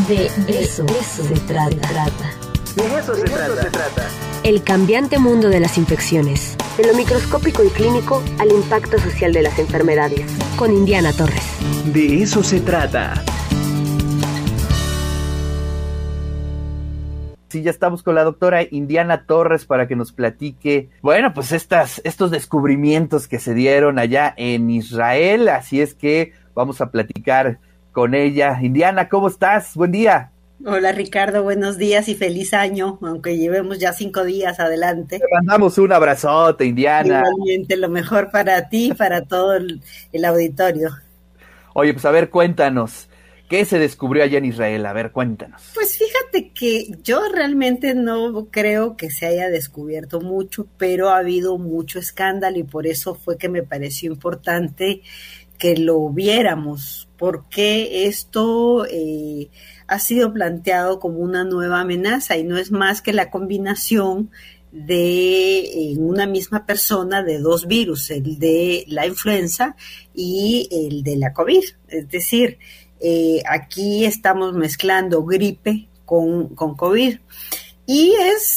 De eso se trata. De eso se trata. El cambiante mundo de las infecciones. De lo microscópico y clínico al impacto social de las enfermedades. Con Indiana Torres. De eso se trata. Sí, ya estamos con la doctora Indiana Torres para que nos platique, bueno, pues estos descubrimientos que se dieron allá en Israel, así es que vamos a platicar con ella. Indiana, ¿cómo estás? Buen día. Hola Ricardo, buenos días y feliz año, aunque llevemos ya 5 días adelante. Te mandamos un abrazote, Indiana. Igualmente, lo mejor para ti y para todo el auditorio. Oye, pues a ver, cuéntanos, ¿qué se descubrió allá en Israel? A ver, cuéntanos. Pues fíjate que yo realmente no creo que se haya descubierto mucho, pero ha habido mucho escándalo y por eso fue que me pareció importante que lo viéramos, porque esto ha sido planteado como una nueva amenaza y no es más que la combinación de en una misma persona de dos virus, el de la influenza y el de la COVID. Es decir, aquí estamos mezclando gripe con COVID. Y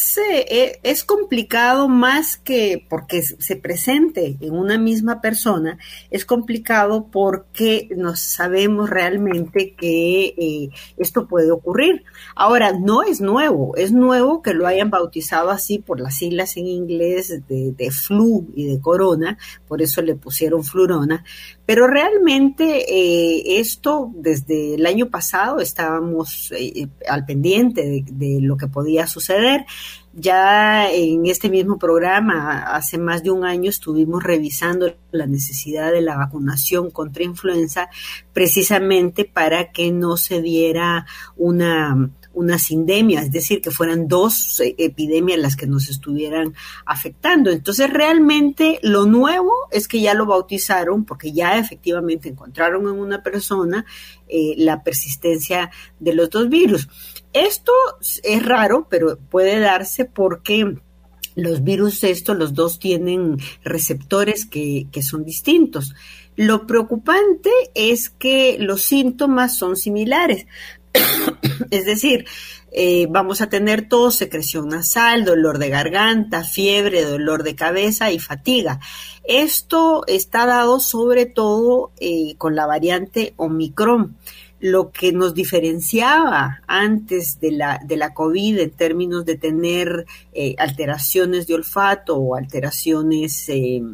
es complicado más que porque se presente en una misma persona, es complicado porque no sabemos realmente que esto puede ocurrir. Ahora, no es nuevo que lo hayan bautizado así por las siglas en inglés de flu y de corona, por eso le pusieron flurona, pero realmente esto desde el año pasado estábamos al pendiente de lo que podía suceder. Ya en este mismo programa, hace más de un año, estuvimos revisando la necesidad de la vacunación contra influenza precisamente para que no se diera una sindemia, es decir, que fueran dos epidemias las que nos estuvieran afectando. Entonces, realmente lo nuevo es que ya lo bautizaron porque ya efectivamente encontraron en una persona la persistencia de los dos virus. Esto es raro, pero puede darse porque los virus los dos tienen receptores que son distintos. Lo preocupante es que los síntomas son similares. Es decir, vamos a tener tos, secreción nasal, dolor de garganta, fiebre, dolor de cabeza y fatiga. Esto está dado sobre todo con la variante Omicron. Lo que nos diferenciaba antes de la COVID en términos de tener alteraciones de olfato o alteraciones en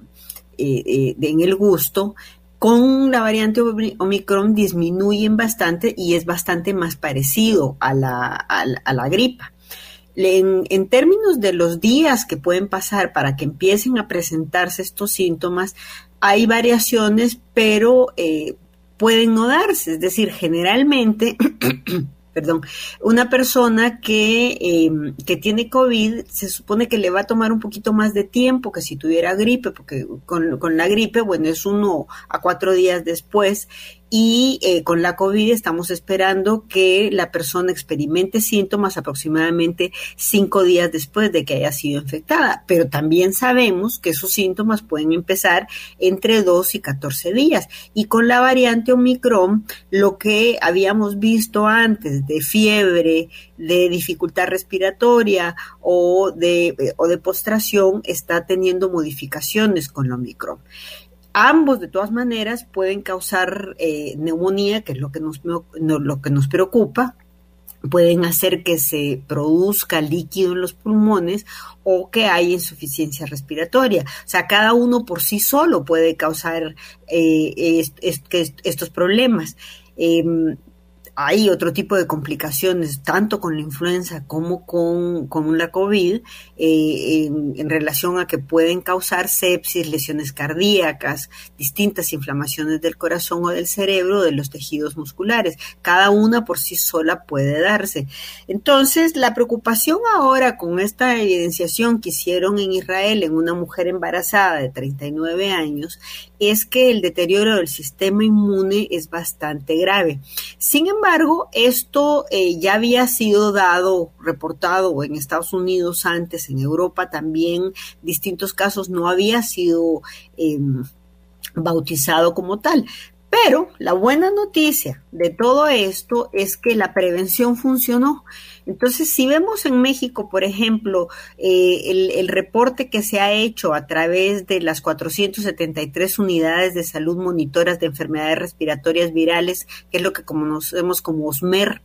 el gusto, con la variante Omicron disminuyen bastante y es bastante más parecido a la gripa. En términos de los días que pueden pasar para que empiecen a presentarse estos síntomas, hay variaciones, pero pueden no darse. Es decir, generalmente una persona que tiene COVID se supone que le va a tomar un poquito más de tiempo que si tuviera gripe, porque con la gripe, bueno, es 1 a 4 días después, y con la COVID estamos esperando que la persona experimente síntomas aproximadamente 5 días después de que haya sido infectada, pero también sabemos que esos síntomas pueden empezar entre 2 y 14 días, y con la variante Omicron, lo que habíamos visto antes de fiebre, de dificultad respiratoria o de postración está teniendo modificaciones con la Omicron. Ambos, de todas maneras, pueden causar neumonía, que es lo que nos preocupa. Pueden hacer que se produzca líquido en los pulmones o que haya insuficiencia respiratoria. O sea, cada uno por sí solo puede causar estos problemas. Hay otro tipo de complicaciones, tanto con la influenza como con la COVID, en relación a que pueden causar sepsis, lesiones cardíacas, distintas inflamaciones del corazón o del cerebro, de los tejidos musculares. Cada una por sí sola puede darse. Entonces, la preocupación ahora con esta evidenciación que hicieron en Israel en una mujer embarazada de 39 años es que el deterioro del sistema inmune es bastante grave. Sin embargo, esto ya había sido reportado en Estados Unidos antes, en Europa también, distintos casos no había sido bautizado como tal. Pero la buena noticia de todo esto es que la prevención funcionó. Entonces, si vemos en México, por ejemplo, el reporte que se ha hecho a través de las 473 unidades de salud monitoras de enfermedades respiratorias virales, que es lo que conocemos como OSMER,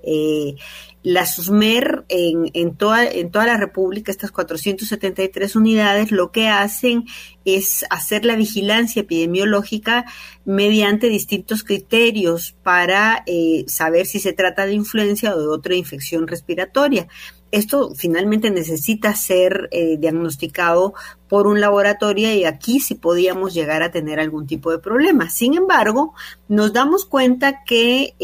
las USMER en toda la República, estas 473 unidades, lo que hacen es hacer la vigilancia epidemiológica mediante distintos criterios para saber si se trata de influenza o de otra infección respiratoria. Esto finalmente necesita ser diagnosticado por un laboratorio y aquí sí podíamos llegar a tener algún tipo de problema. Sin embargo, nos damos cuenta que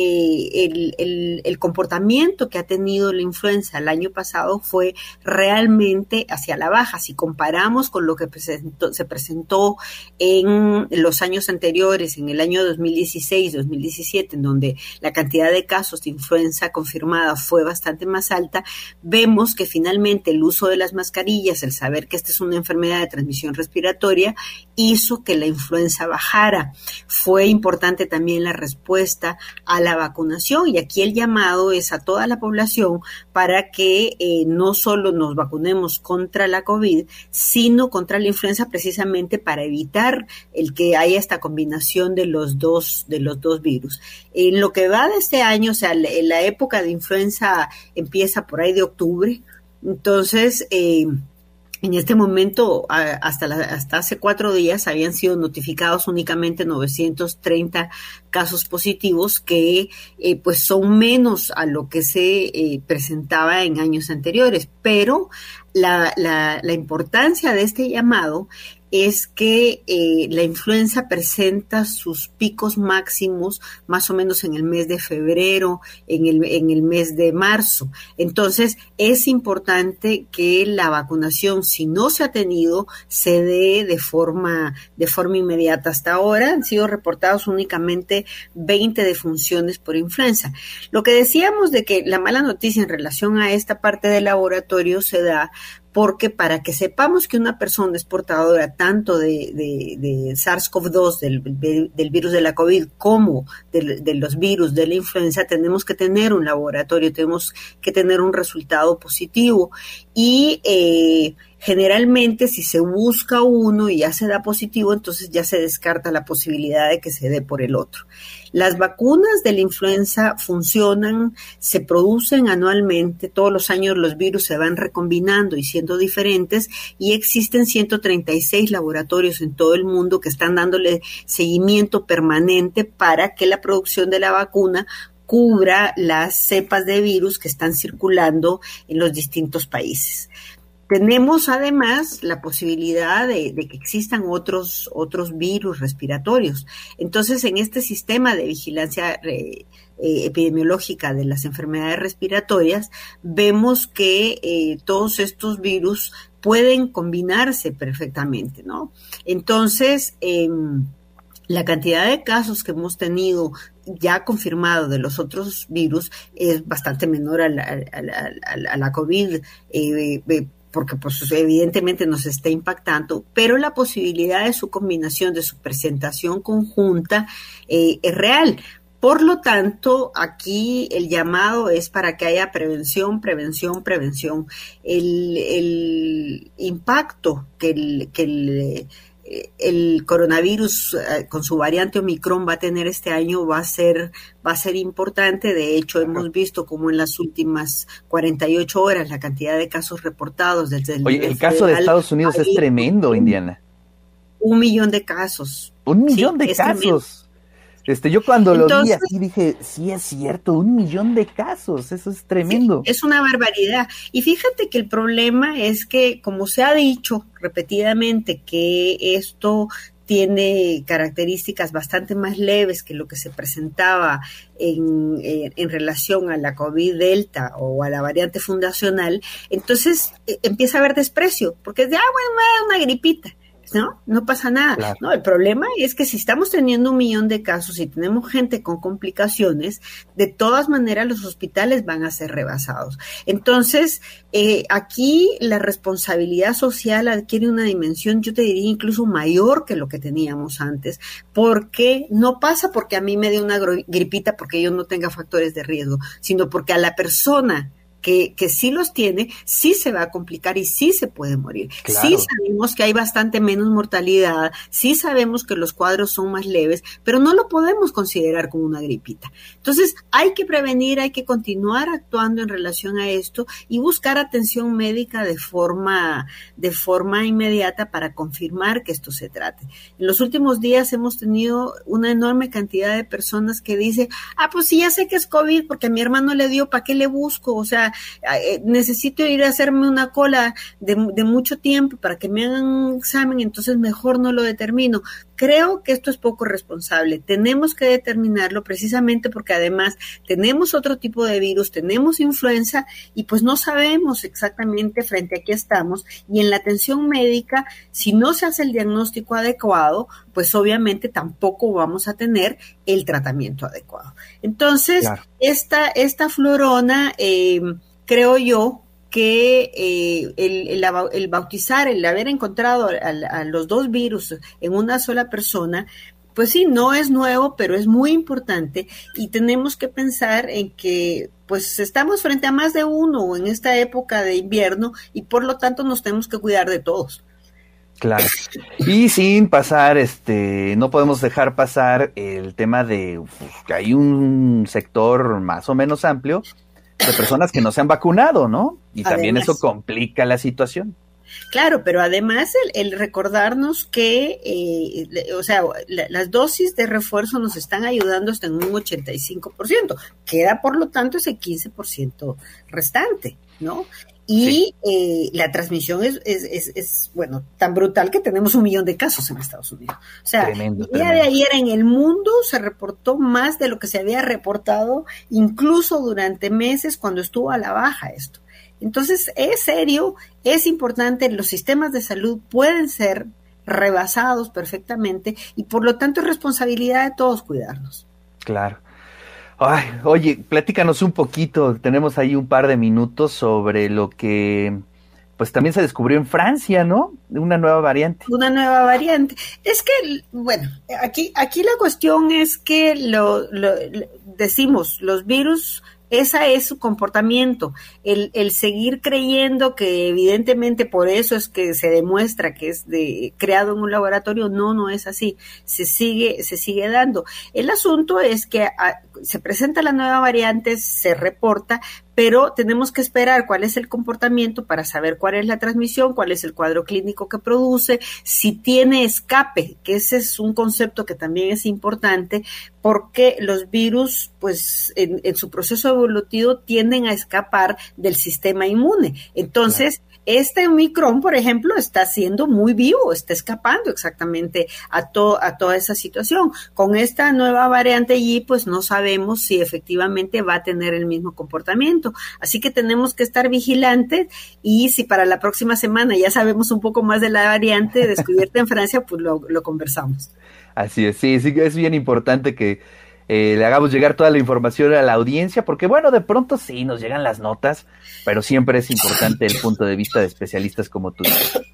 el comportamiento que ha tenido la influenza el año pasado fue realmente hacia la baja. Si comparamos con lo que se presentó en los años anteriores, en el año 2016, 2017, en donde la cantidad de casos de influenza confirmada fue bastante más alta, vemos que finalmente el uso de las mascarillas, el saber que esta es una enfermedad de transmisión respiratoria, hizo que la influenza bajara. Fue importante también la respuesta a la vacunación y aquí el llamado es a toda la población para que no solo nos vacunemos contra la COVID, sino contra la influenza precisamente para evitar el que haya esta combinación de los dos virus. En lo que va de este año, o sea, la época de influenza empieza por ahí de octubre, entonces en este momento, hasta hace 4 días, habían sido notificados únicamente 930 casos positivos, que pues son menos a lo que se presentaba en años anteriores. Pero la importancia de este llamado es que la influenza presenta sus picos máximos más o menos en el mes de febrero, en el mes de marzo. Entonces, es importante que la vacunación, si no se ha tenido, se dé de forma inmediata. Hasta ahora han sido reportados únicamente 20 defunciones por influenza. Lo que decíamos de que la mala noticia en relación a esta parte del laboratorio se da porque para que sepamos que una persona es portadora tanto de SARS-CoV-2, del virus de la COVID, como de los virus de la influenza, tenemos que tener un laboratorio, tenemos que tener un resultado positivo. Y generalmente si se busca uno y ya se da positivo, entonces ya se descarta la posibilidad de que se dé por el otro. Las vacunas de la influenza funcionan, se producen anualmente, todos los años los virus se van recombinando y siendo diferentes, y existen 136 laboratorios en todo el mundo que están dándole seguimiento permanente para que la producción de la vacuna cubra las cepas de virus que están circulando en los distintos países. Tenemos además la posibilidad de que existan otros virus respiratorios. Entonces, en este sistema de vigilancia epidemiológica de las enfermedades respiratorias, vemos que todos estos virus pueden combinarse perfectamente, ¿no? Entonces, la cantidad de casos que hemos tenido ya confirmado de los otros virus es bastante menor a la COVID, porque pues evidentemente nos está impactando, pero la posibilidad de su combinación, de su presentación conjunta es real. Por lo tanto, aquí el llamado es para que haya prevención. El impacto que el coronavirus con su variante Omicron va a tener este año va a ser importante. De hecho, hemos visto como en las últimas 48 horas la cantidad de casos reportados desde el caso de Estados Unidos es tremendo, Indiana. 1 millón de casos. 1 millón de casos. Yo cuando lo vi así dije, sí es cierto, 1 millón de casos, eso es tremendo. Sí, es una barbaridad. Y fíjate que el problema es que, como se ha dicho repetidamente, que esto tiene características bastante más leves que lo que se presentaba en relación a la COVID Delta o a la variante fundacional, entonces empieza a haber desprecio, porque es de, bueno, una gripita. ¿no? No pasa nada. Claro. No, el problema es que si estamos teniendo 1,000,000 de casos y tenemos gente con complicaciones, de todas maneras los hospitales van a ser rebasados. Entonces, aquí la responsabilidad social adquiere una dimensión, yo te diría, incluso mayor que lo que teníamos antes, porque no pasa porque a mí me dé una gripita porque yo no tenga factores de riesgo, sino porque a la persona que sí los tiene, sí se va a complicar y sí se puede morir. Claro. Sí sabemos que hay bastante menos mortalidad, sí sabemos que los cuadros son más leves, pero no lo podemos considerar como una gripita. Entonces, hay que prevenir, hay que continuar actuando en relación a esto y buscar atención médica de forma inmediata para confirmar que esto se trate. En los últimos días hemos tenido una enorme cantidad de personas que dicen, pues sí, ya sé que es COVID porque a mi hermano le dio, ¿para qué le busco? O sea, necesito ir a hacerme una cola de mucho tiempo para que me hagan un examen, entonces mejor no lo determino. Creo que esto es poco responsable. Tenemos que determinarlo precisamente porque además tenemos otro tipo de virus, tenemos influenza y pues no sabemos exactamente frente a qué estamos, y en la atención médica, si no se hace el diagnóstico adecuado, pues obviamente tampoco vamos a tener el tratamiento adecuado. Entonces, claro, esta florona, creo yo que el bautizar, el haber encontrado a los dos virus en una sola persona, pues sí, no es nuevo, pero es muy importante y tenemos que pensar en que pues estamos frente a más de uno en esta época de invierno y por lo tanto nos tenemos que cuidar de todos. Claro. Y sin pasar, no podemos dejar pasar el tema de que hay un sector más o menos amplio de personas que no se han vacunado, ¿no? Y también además, eso complica la situación. Claro, pero además el recordarnos que, las dosis de refuerzo nos están ayudando hasta en un 85%. Queda, por lo tanto, ese 15% restante, ¿no? Y sí, la transmisión es, bueno, tan brutal que tenemos 1,000,000 de casos en Estados Unidos. O sea, tremendo, el día de ayer en el mundo se reportó más de lo que se había reportado incluso durante meses cuando estuvo a la baja esto. Entonces, es serio, es importante, los sistemas de salud pueden ser rebasados perfectamente y por lo tanto es responsabilidad de todos cuidarnos. Claro. Ay, oye, platícanos un poquito, tenemos ahí un par de minutos sobre lo que pues también se descubrió en Francia, ¿no? Una nueva variante. Una nueva variante. Es que, bueno, aquí la cuestión es que decimos, los virus, esa es su comportamiento, el seguir creyendo que evidentemente por eso es que se demuestra que es creado en un laboratorio, no es así, se sigue dando. El asunto es que se presenta la nueva variante, se reporta, pero tenemos que esperar cuál es el comportamiento para saber cuál es la transmisión, cuál es el cuadro clínico que produce, si tiene escape, que ese es un concepto que también es importante, porque los virus, pues, en su proceso evolutivo tienden a escapar del sistema inmune. Entonces, claro, este Omicron, por ejemplo, está siendo muy vivo, está escapando exactamente a toda esa situación. Con esta nueva variante allí, pues no sabemos si efectivamente va a tener el mismo comportamiento. Así que tenemos que estar vigilantes y si para la próxima semana ya sabemos un poco más de la variante descubierta en Francia, pues lo conversamos. Así es, sí, es bien importante que le hagamos llegar toda la información a la audiencia, porque bueno, de pronto sí nos llegan las notas, pero siempre es importante el punto de vista de especialistas como tú.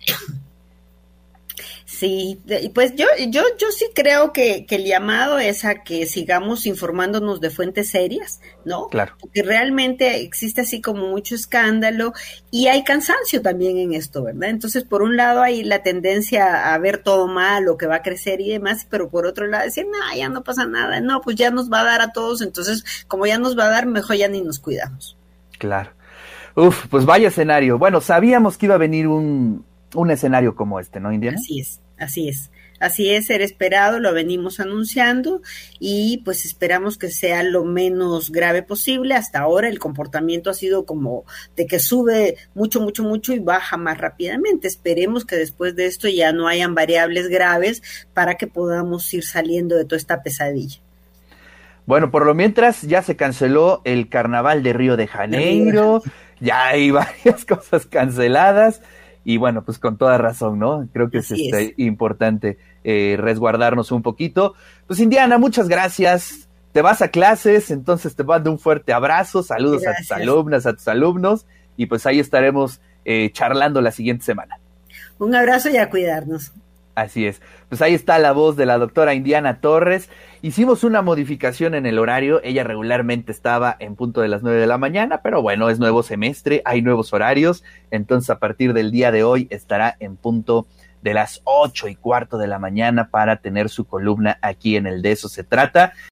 Sí, pues yo sí creo que el llamado es a que sigamos informándonos de fuentes serias, ¿no? Claro. Porque realmente existe así como mucho escándalo y hay cansancio también en esto, ¿verdad? Entonces, por un lado hay la tendencia a ver todo mal o que va a crecer y demás, pero por otro lado decir, no, ya no pasa nada, no, pues ya nos va a dar a todos, entonces, como ya nos va a dar, mejor ya ni nos cuidamos. Claro. Uf, pues vaya escenario. Bueno, sabíamos que iba a venir un escenario como este, ¿no, Indiana? Así es, era esperado, lo venimos anunciando y pues esperamos que sea lo menos grave posible. Hasta ahora el comportamiento ha sido como de que sube mucho y baja más rápidamente. Esperemos que después de esto ya no hayan variables graves para que podamos ir saliendo de toda esta pesadilla. Bueno, por lo mientras ya se canceló el Carnaval de Río de Janeiro, ya hay varias cosas canceladas. y bueno, pues con toda razón, ¿no? Creo que es importante resguardarnos un poquito. Pues Indiana, muchas gracias. Te vas a clases, entonces te mando un fuerte abrazo, saludos gracias. A tus alumnas, a tus alumnos, y pues ahí estaremos charlando la siguiente semana. Un abrazo y a cuidarnos. Así es. Pues ahí está la voz de la doctora Indiana Torres. Hicimos una modificación en el horario. Ella regularmente estaba en punto de las 9 de la mañana, pero bueno, es nuevo semestre, hay nuevos horarios. Entonces, a partir del día de hoy estará en punto de las 8:15 de la mañana para tener su columna aquí en el De Eso Se Trata.